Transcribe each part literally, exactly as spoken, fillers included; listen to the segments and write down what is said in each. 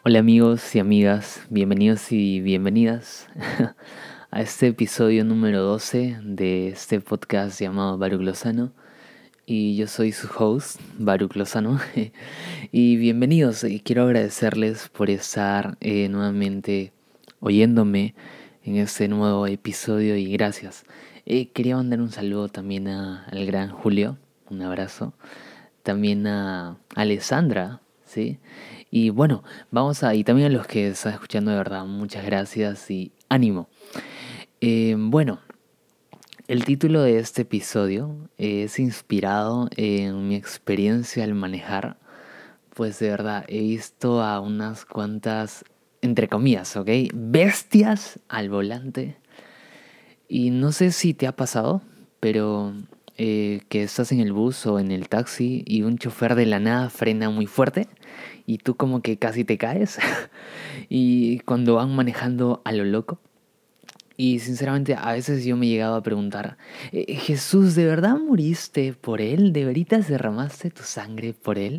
Hola amigos y amigas, bienvenidos y bienvenidas a este episodio número doce de este podcast llamado Baruch Lozano. Y yo soy su host, Baruch Lozano. Y bienvenidos, y quiero agradecerles por estar eh, nuevamente oyéndome en este nuevo episodio y gracias. Eh, quería mandar un saludo también a- al gran Julio, un abrazo. También a Alessandra, ¿sí? Y bueno, vamos a, y también a los que están escuchando de verdad, muchas gracias y ánimo. Eh, bueno, el título de este episodio es inspirado en mi experiencia al manejar, pues de verdad he visto a unas cuantas, entre comillas, ¿ok? Bestias al volante. Y no sé si te ha pasado, pero eh, que estás en el bus o en el taxi y un chofer de la nada frena muy fuerte y tú como que casi te caes y cuando van manejando a lo loco. Y sinceramente a veces yo me he llegado a preguntar, eh, Jesús, ¿de verdad moriste por él? ¿De veritas derramaste tu sangre por él?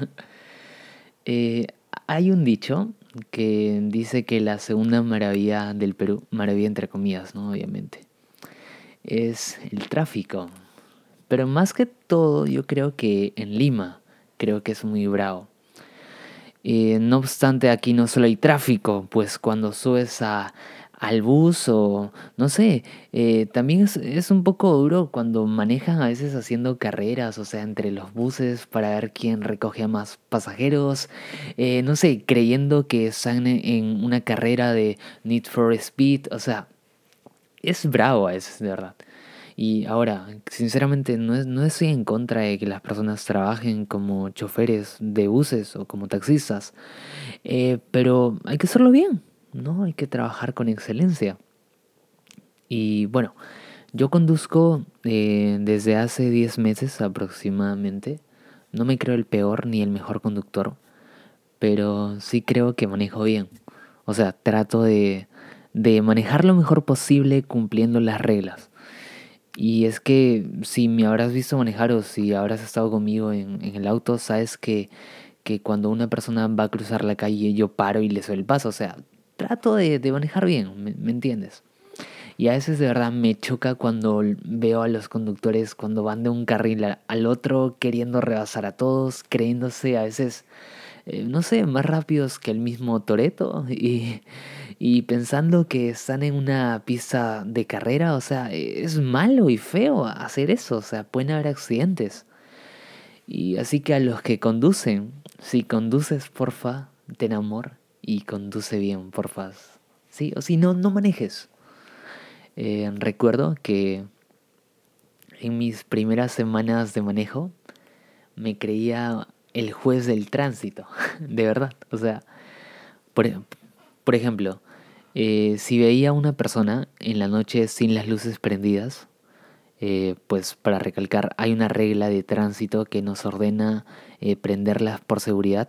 Eh, Hay un dicho que dice que la segunda maravilla del Perú, maravilla entre comillas, ¿no? Obviamente, es el tráfico. Pero más que todo, yo creo que en Lima, creo que es muy bravo. Eh, no obstante, aquí no solo hay tráfico, pues cuando subes a, al bus o no sé, eh, también es, es un poco duro cuando manejan a veces haciendo carreras, o sea, entre los buses para ver quién recoge a más pasajeros, eh, no sé, creyendo que están en en una carrera de Need for Speed, o sea, es bravo a veces, de verdad. Y ahora, sinceramente, no, es- no estoy en contra de que las personas trabajen como choferes de buses o como taxistas, eh, pero hay que hacerlo bien, ¿no? Hay que trabajar con excelencia. Y bueno, yo conduzco eh, desde hace diez meses aproximadamente. No me creo el peor ni el mejor conductor, pero sí creo que manejo bien. O sea, trato de, de manejar lo mejor posible cumpliendo las reglas. Y es que si me habrás visto manejar o si habrás estado conmigo en, en el auto, sabes que, que cuando una persona va a cruzar la calle yo paro y le doy el paso. O sea, trato de, de manejar bien, ¿me, me entiendes? Y a veces de verdad me choca cuando veo a los conductores cuando van de un carril a- al otro queriendo rebasar a todos, creyéndose a veces eh, no sé, más rápidos que el mismo Toreto y, y pensando que están en una pista de carrera, o sea, es malo y feo hacer eso, o sea, pueden haber accidentes. Y así que a los que conducen, si conduces, porfa, ten amor y conduce bien, porfa. Sí, o si no, no manejes. Eh, recuerdo que en mis primeras semanas de manejo me creía el juez del tránsito, de verdad, o sea, por, e- Por ejemplo, eh, si veía a una persona en la noche sin las luces prendidas, eh, pues para recalcar, hay una regla de tránsito que nos ordena eh, prenderlas por seguridad.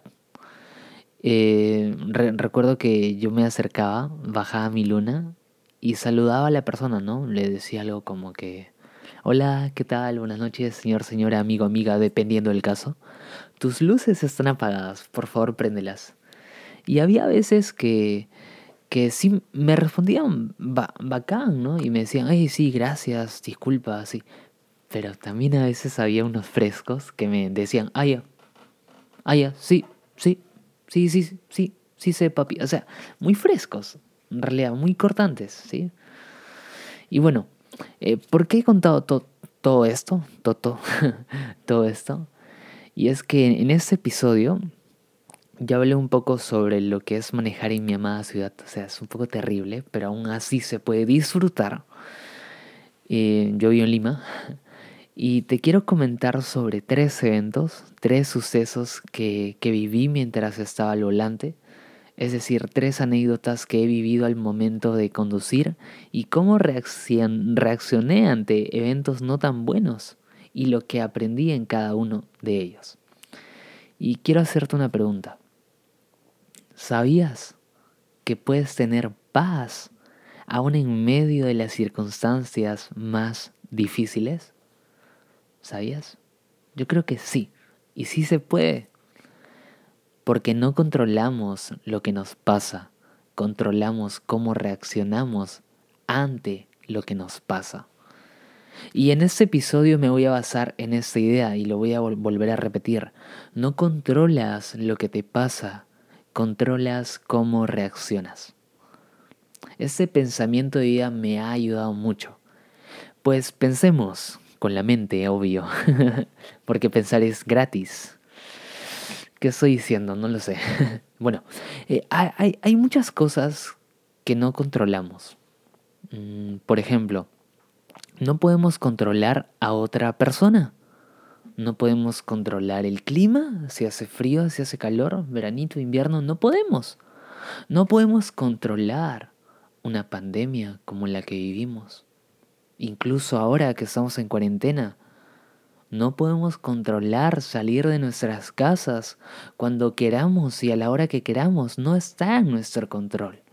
Eh, re- recuerdo que yo me acercaba, bajaba mi luna y saludaba a la persona, ¿no? Le decía algo como que, hola, ¿qué tal? Buenas noches, señor, señora, amigo, amiga, dependiendo del caso. Tus luces están apagadas, por favor, préndelas. Y había veces que que sí me respondían ba- bacán, ¿no? Y me decían, ay, sí, gracias, disculpa, sí. Pero también a veces había unos frescos que me decían, ah, ya, ah, ya, sí, sí, sí, sí, sí, sí, sí sé, papi. O sea, muy frescos, en realidad, muy cortantes, ¿sí? Y bueno, eh, ¿por qué he contado to- todo esto? Toto, todo esto. Y es que en este episodio ya hablé un poco sobre lo que es manejar en mi amada ciudad. O sea, es un poco terrible, pero aún así se puede disfrutar. Eh, yo vivo en Lima y te quiero comentar sobre tres eventos, tres sucesos que, que viví mientras estaba al volante. Es decir, tres anécdotas que he vivido al momento de conducir y cómo reaccion- reaccioné ante eventos no tan buenos y lo que aprendí en cada uno de ellos. Y quiero hacerte una pregunta. ¿Sabías que puedes tener paz aún en medio de las circunstancias más difíciles? ¿Sabías? Yo creo que sí. Y sí se puede. porque no controlamos lo que nos pasa, controlamos cómo reaccionamos ante lo que nos pasa. Y en este episodio me voy a basar en esta idea y lo voy a vol- volver a repetir. No controlas lo que te pasa, controlas cómo reaccionas. Este pensamiento de vida me ha ayudado mucho. Pues pensemos con la mente, obvio, porque pensar es gratis. ¿Qué estoy diciendo? No lo sé. Bueno, eh, hay, hay- hay muchas cosas que no controlamos. Mm, por ejemplo, no podemos controlar a otra persona. No podemos controlar el clima, si hace frío, si hace calor, veranito, invierno, no podemos. No podemos controlar una pandemia como la que vivimos. Incluso ahora que estamos en cuarentena, no podemos controlar salir de nuestras casas cuando queramos y a la hora que queramos. No está en nuestro control.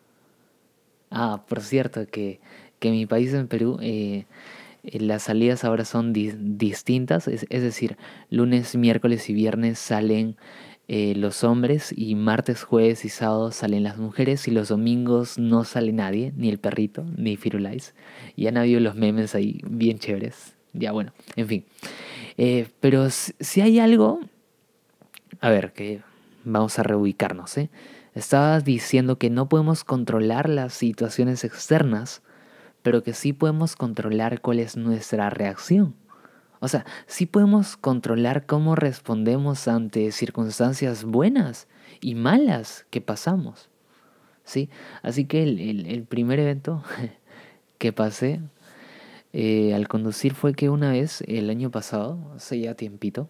Ah, por cierto, que, que en mi país, en Perú, eh, eh, las salidas ahora son dis- distintas. Es, es decir, lunes, miércoles y viernes salen eh, los hombres y martes, jueves y sábado salen las mujeres y los domingos no sale nadie, ni el perrito, ni Firulais. Y han habido los memes ahí bien chéveres. Ya bueno, en fin. Eh, pero si, si hay algo, a ver, que vamos a reubicarnos, ¿eh? Estabas diciendo que no podemos controlar las situaciones externas, pero que sí podemos controlar cuál es nuestra reacción. O sea, sí podemos controlar cómo respondemos ante circunstancias buenas y malas que pasamos, ¿sí? Así que el, el- el primer evento que pasé eh, al conducir fue que una vez, el año pasado, hace ya tiempito,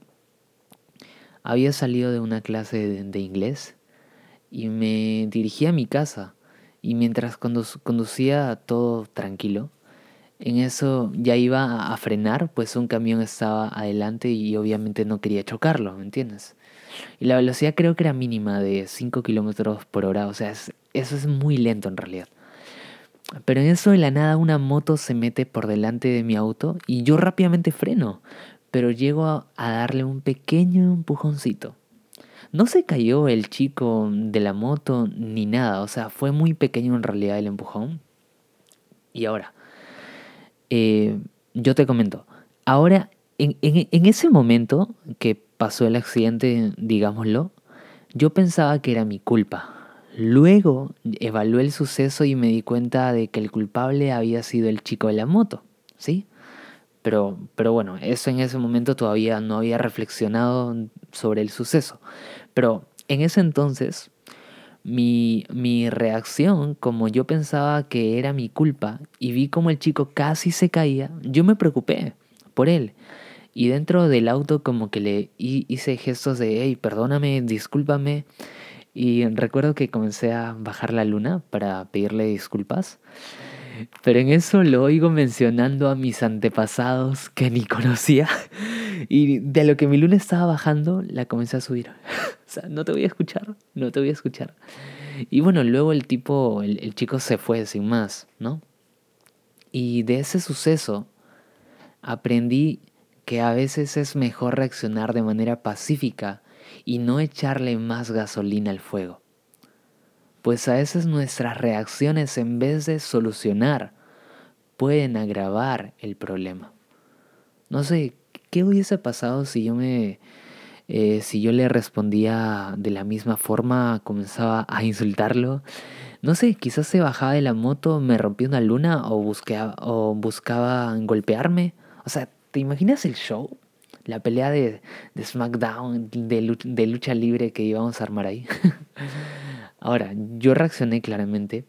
había salido de una clase de, de inglés y me dirigí a mi casa. Y mientras condu- conducía todo tranquilo, en eso ya iba a a frenar, pues un camión estaba adelante y obviamente no quería chocarlo, ¿me entiendes? Y la velocidad creo que era mínima de cinco kilómetros por hora, o sea, es- eso es muy lento en realidad. Pero en eso de la nada una moto se mete por delante de mi auto y yo rápidamente freno, pero llego a, a darle un pequeño empujoncito. No se cayó el chico de la moto ni nada, o sea, fue muy pequeño en realidad el empujón. Y ahora, eh, yo te comento, ahora, en, en- en ese momento que pasó el accidente, digámoslo, yo pensaba que era mi culpa. Luego evalué el suceso y me di cuenta de que el culpable había sido el chico de la moto, ¿sí? Pero, pero bueno, eso en ese momento todavía no había reflexionado sobre el suceso. Pero en ese entonces mi, mi reacción, como yo pensaba que era mi culpa y vi como el chico casi se caía, yo me preocupé por él. Y dentro del auto como que le hi- hice gestos de, hey, perdóname, discúlpame. Y recuerdo que comencé a bajar la luna para pedirle disculpas. Pero en eso lo oigo mencionando a mis antepasados que ni conocía. Y de lo que mi luna estaba bajando, la comencé a subir. O sea, no te voy a escuchar, no te voy a escuchar. Y bueno, luego el tipo, el, el chico se fue sin más, ¿no? Y de ese suceso aprendí que a veces es mejor reaccionar de manera pacífica y no echarle más gasolina al fuego. Pues a veces nuestras reacciones en vez de solucionar pueden agravar el problema. No sé, ¿qué hubiese pasado si yo me, eh, si yo le respondía de la misma forma, comenzaba a insultarlo? No sé, quizás se bajaba de la moto, me rompió una luna o, busquea- o buscaba golpearme. O sea, ¿te imaginas el show? La pelea de, de SmackDown, de, lu- de lucha libre que íbamos a armar ahí. Ahora, yo reaccioné claramente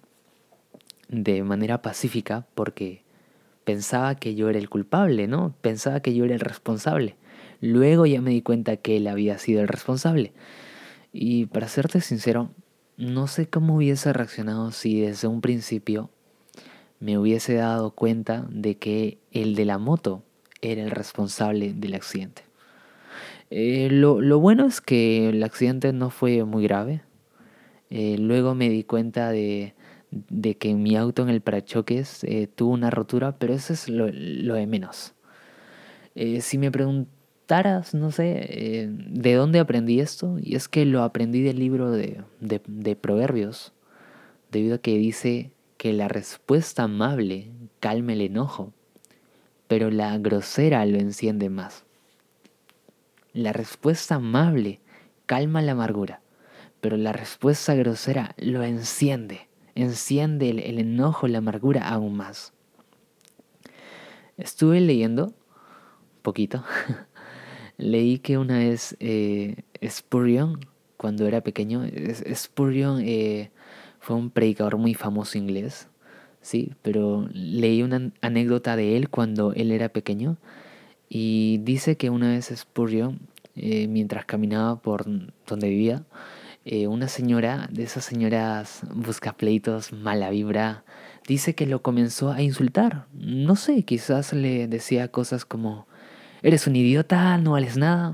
de manera pacífica porque pensaba que yo era el culpable, ¿no? Pensaba que yo era el responsable. Luego ya me di cuenta que él había sido el responsable. Y para serte sincero, no sé cómo hubiese reaccionado si desde un principio me hubiese dado cuenta de que el de la moto era el responsable del accidente. Eh, lo, lo bueno es que el accidente no fue muy grave. Eh, luego me di cuenta de, de que mi auto en el parachoques eh, tuvo una rotura, pero eso es lo, lo de menos. Eh, si me pregun- preguntaras, no sé, eh, de dónde aprendí esto, y es que lo aprendí del libro de, de, de Proverbios, debido a que dice que la respuesta amable calma el enojo, pero la grosera lo enciende más. La respuesta amable calma la amargura, pero la respuesta grosera lo enciende, enciende el, el enojo, la amargura aún más. Estuve leyendo un poquito, leí que una vez eh, Spurgeon, cuando era pequeño, es- Spurgeon eh, fue un predicador muy famoso inglés, sí, pero leí una an- anécdota de él cuando él era pequeño y dice que una vez Spurgeon, eh, mientras caminaba por donde vivía, eh, una señora, de esas señoras buscapleitos, mala vibra, dice que lo comenzó a insultar. No sé, quizás le decía cosas como, eres un idiota, no vales nada.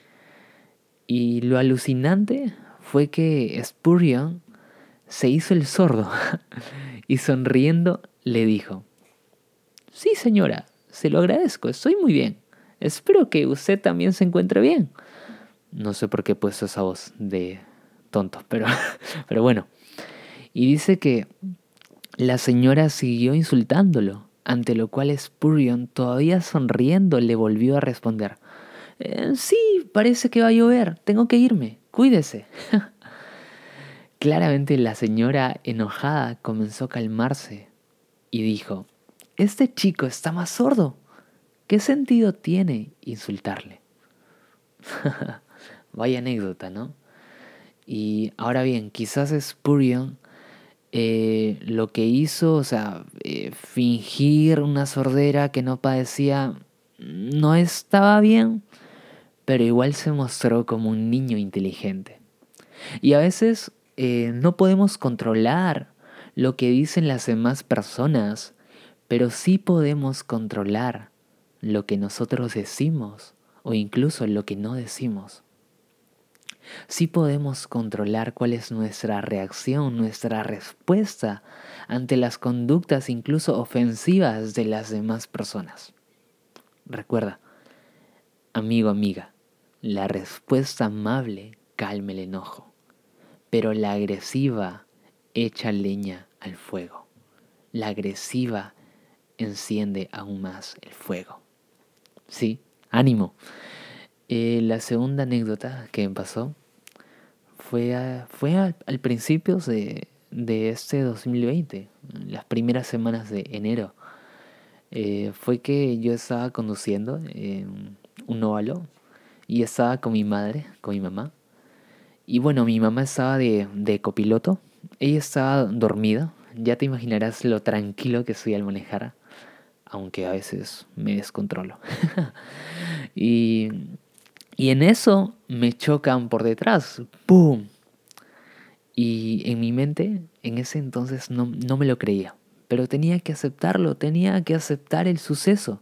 Y lo alucinante fue que Spurgeon se hizo el sordo y sonriendo le dijo, sí señora, se lo agradezco, estoy muy bien. Espero que usted también se encuentre bien. No sé por qué he puesto esa voz de tonto, pero, pero bueno. Y dice que la señora siguió insultándolo, ante lo cual Spurgeon, todavía sonriendo, le volvió a responder, "Eh, sí, parece que va a llover, tengo que irme, cuídese." Claramente la señora, enojada, comenzó a calmarse y dijo, este chico está más sordo. ¿Qué sentido tiene insultarle? Vaya anécdota, ¿no? Y ahora bien, quizás Spurgeon eh, lo que hizo, o sea, eh, fingir una sordera que no padecía, no estaba bien, pero igual se mostró como un niño inteligente. Y a veces eh, no podemos controlar lo que dicen las demás personas, pero sí podemos controlar lo que nosotros decimos o incluso lo que no decimos. Sí podemos controlar cuál es nuestra reacción, nuestra respuesta ante las conductas incluso ofensivas de las demás personas. Recuerda, amigo, amiga, la respuesta amable calma el enojo, pero la agresiva echa leña al fuego. La agresiva enciende aún más el fuego. Sí, ánimo. Eh, la segunda anécdota que me pasó fue, a- fue al, al principios de, de este dos mil veinte, las primeras semanas de enero. Eh, fue que yo estaba conduciendo en un óvalo y estaba con mi madre, con mi mamá. Y bueno, mi mamá estaba de, de copiloto, ella estaba dormida. Ya te imaginarás lo tranquilo que soy al manejar, aunque a veces me descontrolo. Y, y en eso me chocan por detrás. ¡Pum! Y en mi mente, en ese entonces no, no me lo creía, pero tenía que aceptarlo, tenía que aceptar el suceso.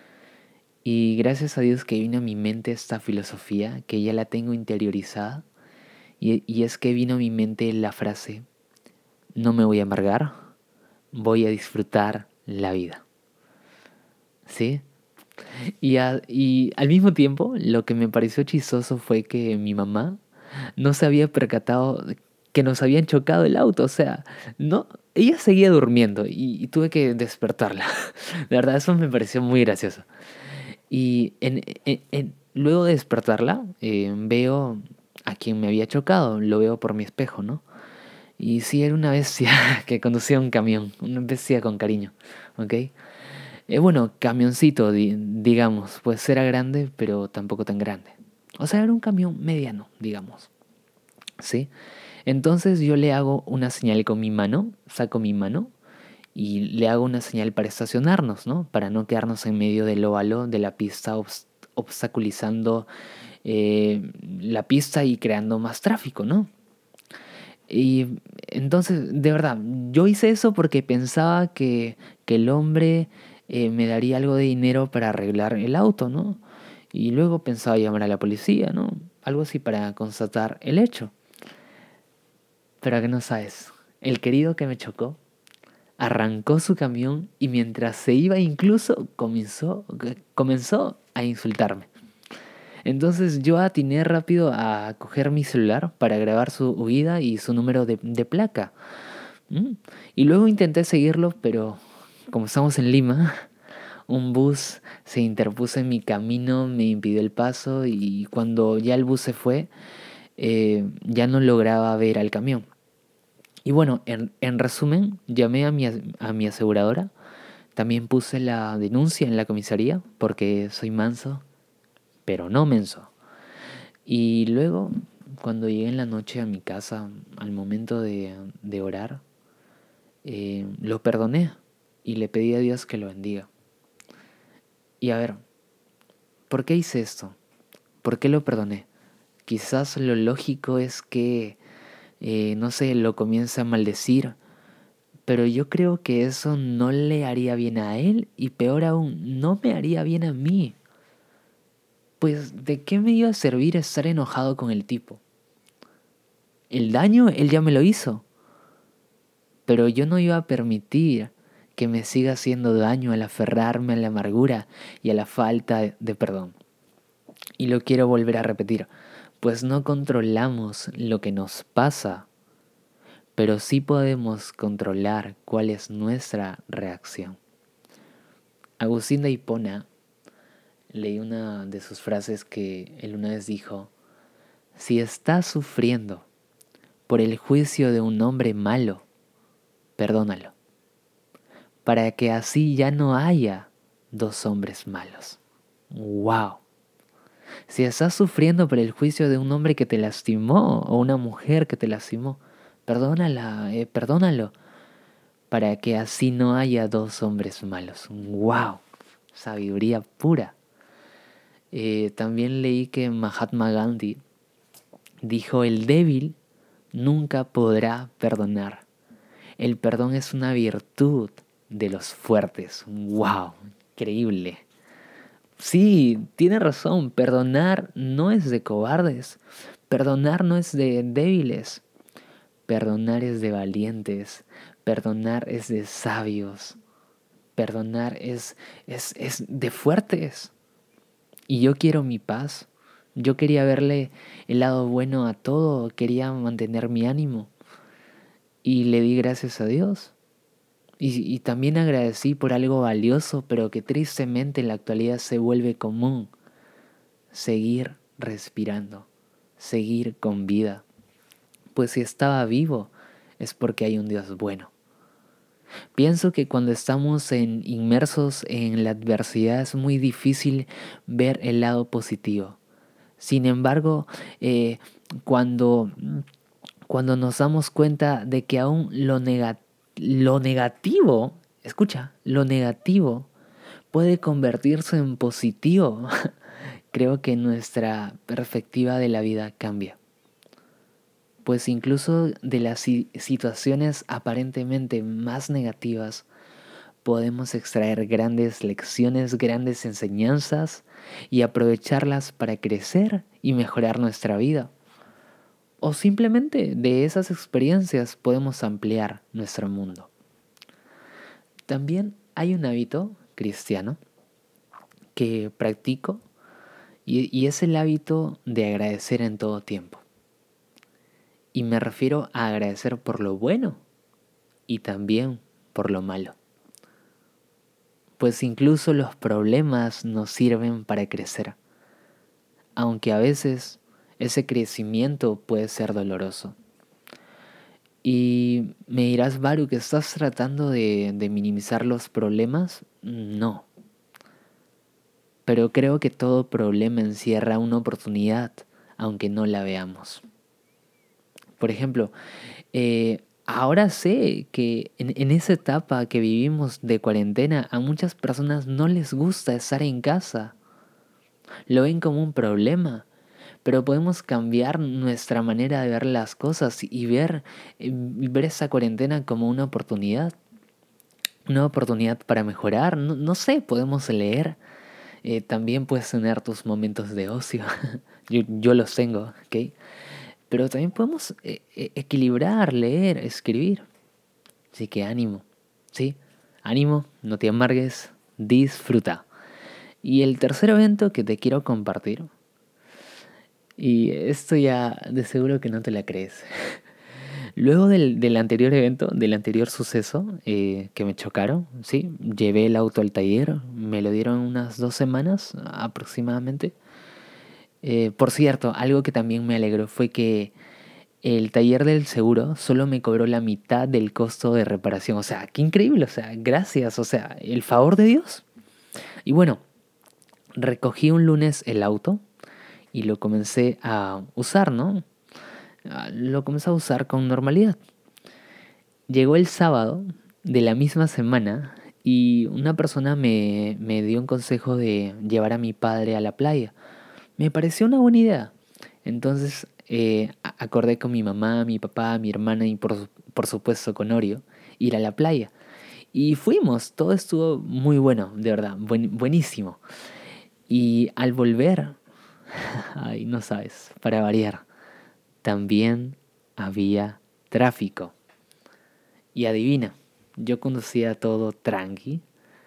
Y gracias a Dios que vino a mi mente esta filosofía, que ya la tengo interiorizada, y, y es que vino a mi mente la frase, no me voy a amargar, voy a disfrutar la vida. ¿Sí? Y, a- y al mismo tiempo, lo que me pareció chistoso fue que mi mamá no se había percatado que nos habían chocado el auto. O sea, no, ella seguía durmiendo y, y tuve que despertarla. De verdad, eso me pareció muy gracioso. Y en, en- en- luego de despertarla, eh, veo a quien me había chocado. Lo veo por mi espejo, ¿no? Y sí, era una bestia que conducía un camión. Una bestia con cariño, ¿ok? Eh, bueno, camioncito, di- digamos, pues era grande, pero tampoco tan grande. O sea, era un camión mediano, digamos. ¿Sí? Entonces yo le hago una señal con mi mano, saco mi mano y le hago una señal para estacionarnos, ¿no? Para no quedarnos en medio del óvalo de la pista obs- obstaculizando eh, la pista y creando más tráfico, ¿no? Y entonces, de verdad, yo hice eso porque pensaba que, que el hombre eh, me daría algo de dinero para arreglar el auto, ¿no? Y luego pensaba llamar a la policía, ¿no? Algo así para constatar el hecho. Pero que no sabes, el querido que me chocó arrancó su camión y mientras se iba incluso comenzó, comenzó a insultarme. Entonces yo atiné rápido a coger mi celular para grabar su huida y su número de, de placa. ¿Mm? Y luego intenté seguirlo, pero como estamos en Lima, un bus se interpuso en mi camino, me impidió el paso y cuando ya el bus se fue, eh, ya no lograba ver al camión. Y bueno, en, en resumen, llamé a mi, as- a mi aseguradora, también puse la denuncia en la comisaría porque soy manso, pero no menso. Y luego, cuando llegué en la noche a mi casa, al momento de, de orar, eh, lo perdoné y le pedí a Dios que lo bendiga. Y a ver, ¿por qué hice esto? ¿Por qué lo perdoné? Quizás lo lógico es que, eh, no sé, lo comience a maldecir, pero yo creo que eso no le haría bien a él y peor aún, no me haría bien a mí. Pues, ¿de qué me iba a servir estar enojado con el tipo? El daño él ya me lo hizo, pero yo no iba a permitir que me siga haciendo daño al aferrarme a la amargura y a la falta de de perdón. Y lo quiero volver a repetir, pues no controlamos lo que nos pasa, pero sí podemos controlar cuál es nuestra reacción. Agustín de Hipona, leí una de sus frases que él una vez dijo: si estás sufriendo por el juicio de un hombre malo, perdónalo, para que así ya no haya dos hombres malos. ¡Wow! Si estás sufriendo por el juicio de un hombre que te lastimó o una mujer que te lastimó, perdónala, eh, perdónalo, para que así no haya dos hombres malos. ¡Wow! Sabiduría pura. Eh, también leí que Mahatma Gandhi dijo: el débil nunca podrá perdonar. El perdón es una virtud de los fuertes. ¡Wow! Increíble. Sí, tiene razón. Perdonar no es de cobardes. Perdonar no es de débiles. Perdonar es de valientes. Perdonar es de sabios. Perdonar es, es, es de fuertes. Y yo quiero mi paz. Yo quería verle el lado bueno a todo. Quería mantener mi ánimo. Y le di gracias a Dios. Y, y también agradecí por algo valioso, pero que tristemente en la actualidad se vuelve común. Seguir respirando. Seguir con vida. Pues si estaba vivo es porque hay un Dios bueno. Pienso que cuando estamos en, inmersos en la adversidad es muy difícil ver el lado positivo. Sin embargo, eh, cuando, cuando nos damos cuenta de que aún lo, nega- lo negativo, escucha, lo negativo puede convertirse en positivo, creo que nuestra perspectiva de la vida cambia. Pues incluso de las si- situaciones aparentemente más negativas, podemos extraer grandes lecciones, grandes enseñanzas y aprovecharlas para crecer y mejorar nuestra vida. O simplemente de esas experiencias podemos ampliar nuestro mundo. También hay un hábito cristiano que practico y, y es el hábito de agradecer en todo tiempo. Y me refiero a agradecer por lo bueno y también por lo malo. Pues incluso los problemas nos sirven para crecer, aunque a veces ese crecimiento puede ser doloroso. Y me dirás, Baru, ¿que estás tratando de, de minimizar los problemas? No, pero creo que todo problema encierra una oportunidad, aunque no la veamos. Por ejemplo, eh, ahora sé que en, en esa etapa que vivimos de cuarentena, a muchas personas no les gusta estar en casa. Lo ven como un problema, pero podemos cambiar nuestra manera de ver las cosas y ver, eh, ver esa cuarentena como una oportunidad. Una oportunidad para mejorar. No, no sé, podemos leer. Eh, también puedes tener tus momentos de ocio. yo, yo los tengo, ¿ok? Pero también podemos eh, eh, equilibrar, leer, escribir. Así que ánimo, ¿sí? Ánimo, no te amargues, disfruta. Y el tercer evento que te quiero compartir Y esto ya de seguro que no te la crees. Luego del, del anterior evento, del anterior suceso eh, que me chocaron, sí, llevé el auto al taller, me lo dieron unas dos semanas aproximadamente. Eh, por cierto, algo que también me alegró fue que el taller del seguro solo me cobró la mitad del costo de reparación. O sea, qué increíble, o sea, gracias, o sea, el favor de Dios. Y bueno, recogí un lunes el auto y lo comencé a usar, ¿no? Ah, Lo comencé a usar con normalidad. Llegó el sábado de la misma semana y una persona me, me dio un consejo de llevar a mi padre a la playa. Me pareció una buena idea. Entonces eh, a- acordé con mi mamá, mi papá, mi hermana y por, su- por supuesto con Orio ir a la playa. Y fuimos, todo estuvo muy bueno, de verdad, buen- buenísimo. Y al volver, ay, no sabes, para variar, también había tráfico. Y adivina, yo conducía todo tranqui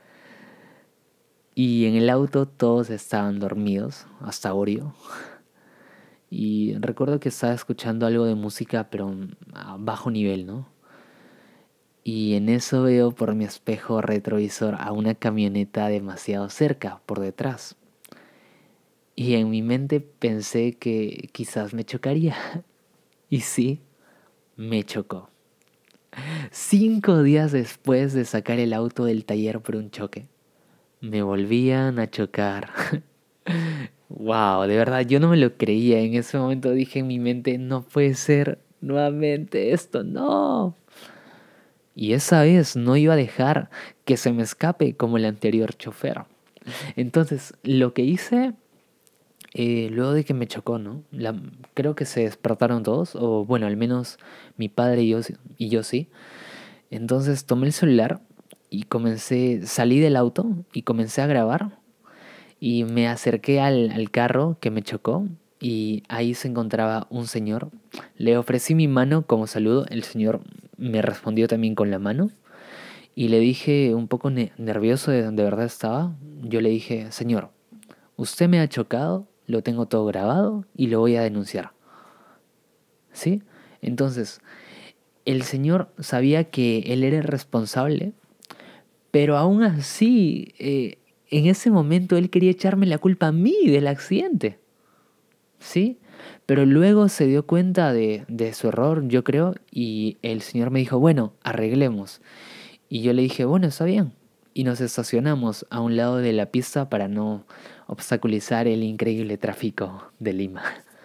y en el auto todos estaban dormidos, hasta Oreo. Y recuerdo que estaba escuchando algo de música, pero a bajo nivel, ¿no? Y en eso veo por mi espejo retrovisor a una camioneta demasiado cerca, por detrás. Y en mi mente pensé que quizás me chocaría. Y sí, me chocó. Cinco días después de sacar el auto del taller por un choque, me volvían a chocar. Wow, de verdad, yo no me lo creía. En ese momento dije en mi mente, no puede ser nuevamente esto, no. Y esa vez no iba a dejar que se me escape como el anterior chofer. Entonces, lo que hice, eh, luego de que me chocó, ¿no? La- creo que se despertaron todos, o bueno, al menos mi padre y yo, sí- y yo sí. Entonces tomé el celular y comencé, salí del auto y comencé a grabar. Y me acerqué al, al carro que me chocó y ahí se encontraba un señor. Le ofrecí mi mano como saludo. El señor me respondió también con la mano. Y le dije, un poco ne- nervioso de donde de verdad estaba, yo le dije, señor, usted me ha chocado, lo tengo todo grabado y lo voy a denunciar. ¿Sí? Entonces, el señor sabía que él era el responsable, pero aún así, eh, en ese momento él quería echarme la culpa a mí del accidente. ¿Sí? Pero luego se dio cuenta de, de su error, yo creo, y el señor me dijo, bueno, arreglemos. Y yo le dije, bueno, está bien. Y nos estacionamos a un lado de la pista para no obstaculizar el increíble tráfico de Lima.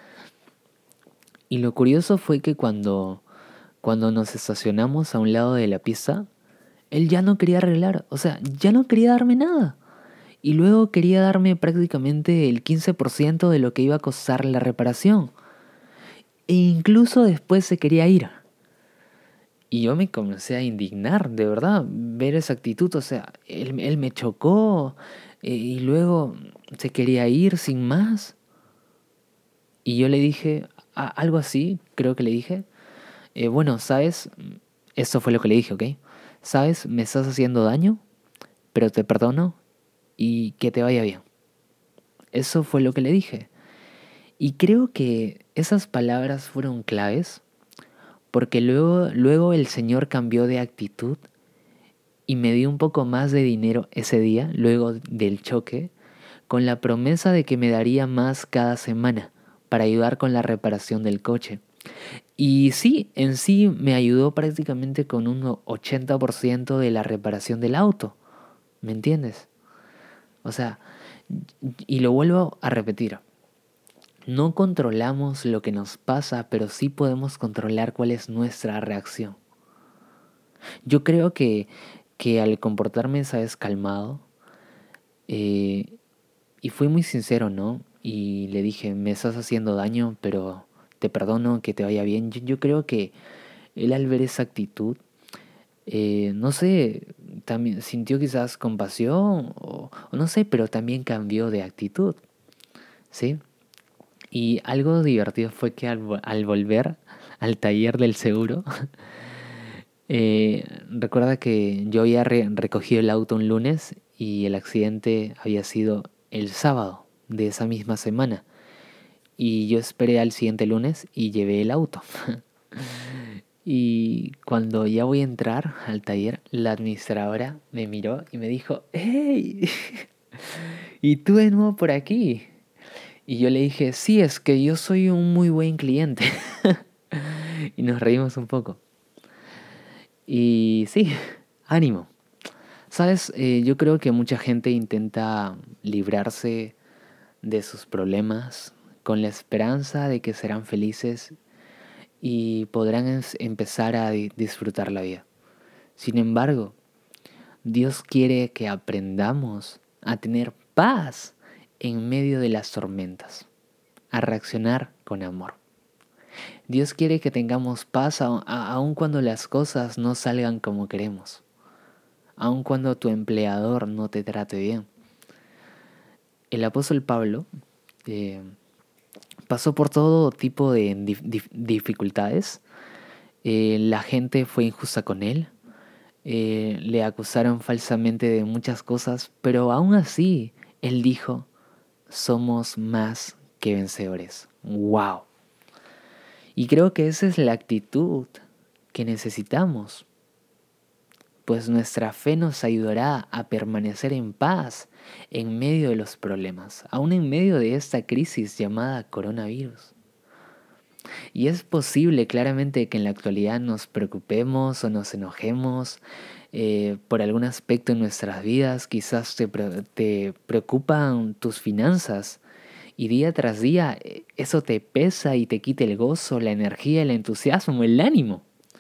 Y lo curioso fue que cuando, cuando nos estacionamos a un lado de la pista, él ya no quería arreglar, o sea, ya no quería darme nada. Y luego quería darme prácticamente el quince por ciento de lo que iba a costar la reparación. E incluso después se quería ir. Y yo me comencé a indignar, de verdad, ver esa actitud. O sea, él, él me chocó eh, y luego se quería ir sin más. Y yo le dije a- algo así, creo que le dije. eh, bueno, sabes, eso fue lo que le dije, ¿ok? Sabes, me estás haciendo daño, pero te perdono y que te vaya bien. Eso fue lo que le dije. Y creo que esas palabras fueron claves porque luego, luego el Señor cambió de actitud y me dio un poco más de dinero ese día, luego del choque, con la promesa de que me daría más cada semana para ayudar con la reparación del coche. Y sí, en sí me ayudó prácticamente con un ochenta por ciento de la reparación del auto, ¿me entiendes? O sea, y lo vuelvo a repetir, no controlamos lo que nos pasa, pero sí podemos controlar cuál es nuestra reacción. Yo creo que, que al comportarme esa vez calmado, eh, y fui muy sincero, ¿no? Y le dije, me estás haciendo daño, pero te perdono, que te vaya bien. Yo, yo creo que él al ver esa actitud, eh, no sé, también sintió quizás compasión o, o no sé, pero también cambió de actitud, ¿sí? Y algo divertido fue que al, vo- al volver al taller del seguro, eh, recuerda que yo había re- recogido el auto un lunes y el accidente había sido el sábado de esa misma semana. Y yo esperé al siguiente lunes y llevé el auto. Y cuando ya voy a entrar al taller, la administradora me miró y me dijo, ¡Hey! ¿Y tú de nuevo por aquí? Y yo le dije, sí, es que yo soy un muy buen cliente. Y nos reímos un poco. Y sí, ánimo. Sabes, Eh, yo creo que mucha gente intenta librarse de sus problemas con la esperanza de que serán felices y podrán es- empezar a di- disfrutar la vida. Sin embargo, Dios quiere que aprendamos a tener paz en medio de las tormentas, a reaccionar con amor. Dios quiere que tengamos paz a- a- aun cuando las cosas no salgan como queremos, aun cuando tu empleador no te trate bien. El apóstol Pablo eh, pasó por todo tipo de dif- dif- dificultades. Eh, la gente fue injusta con él, eh, le acusaron falsamente de muchas cosas, pero aún así él dijo, somos más que vencedores. ¡Wow! Y creo que esa es la actitud que necesitamos, pues nuestra fe nos ayudará a permanecer en paz en medio de los problemas, aún en medio de esta crisis llamada coronavirus. Y es posible claramente que en la actualidad nos preocupemos o nos enojemos eh, por algún aspecto en nuestras vidas, quizás te, pre- te preocupan tus finanzas y día tras día eh, eso te pesa y te quita el gozo, la energía, el entusiasmo, el ánimo.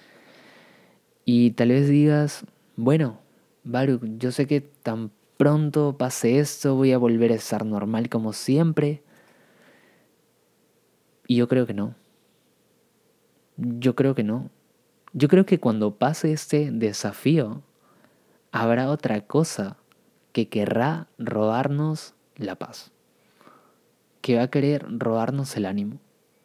Y tal vez digas, bueno, Baruch, yo sé que tan pronto pase esto voy a volver a estar normal como siempre. Y yo creo que no, yo creo que no. Yo creo que cuando pase este desafío, habrá otra cosa que querrá robarnos la paz, que va a querer robarnos el ánimo.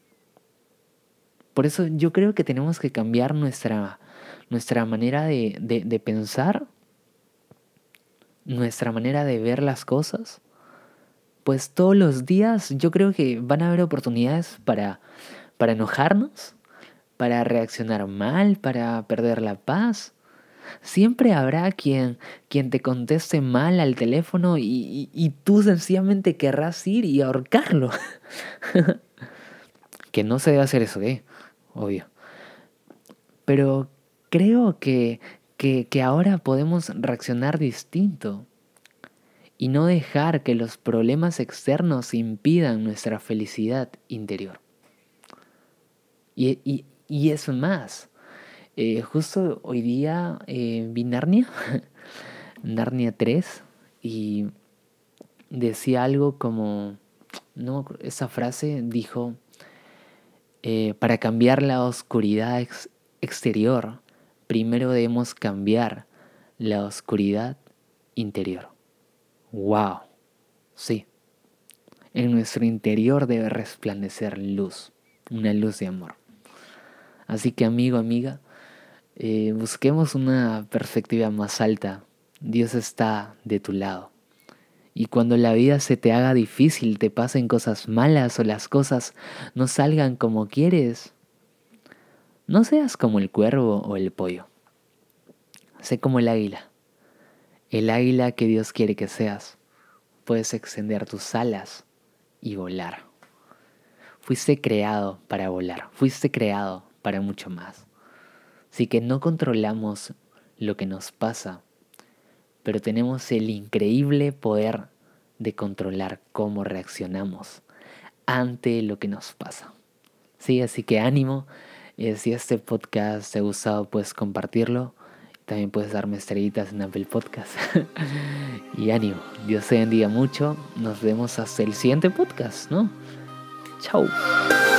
Por eso yo creo que tenemos que cambiar nuestra, nuestra manera de, de, de pensar, nuestra manera de ver las cosas. Pues todos los días yo creo que van a haber oportunidades para, para enojarnos, para reaccionar mal, para perder la paz. Siempre habrá quien, quien te conteste mal al teléfono y, y- y tú sencillamente querrás ir y ahorcarlo. Que no se debe hacer eso, ¿eh? Obvio. Pero creo que, que, que ahora podemos reaccionar distinto y no dejar que los problemas externos impidan nuestra felicidad interior. Y, y, y es más, eh, justo hoy día eh, vi Narnia, Narnia tres, y decía algo como, no, esa frase dijo, eh, para cambiar la oscuridad ex- exterior, primero debemos cambiar la oscuridad interior. ¡Wow! Sí, en nuestro interior debe resplandecer luz, una luz de amor. Así que amigo, amiga, eh, busquemos una perspectiva más alta. Dios está de tu lado. Y cuando la vida se te haga difícil, te pasen cosas malas o las cosas no salgan como quieres, no seas como el cuervo o el pollo. Sé como el águila. El águila que Dios quiere que seas. Puedes extender tus alas y volar. Fuiste creado para volar. Fuiste creado para mucho más. Así que no controlamos lo que nos pasa, pero tenemos el increíble poder de controlar cómo reaccionamos ante lo que nos pasa. Sí, así que ánimo. Eh, si este podcast te ha gustado, puedes compartirlo. También puedes darme estrellitas en Apple Podcast. Y ánimo. Dios te bendiga mucho. Nos vemos hasta el siguiente podcast, ¿no? Chao.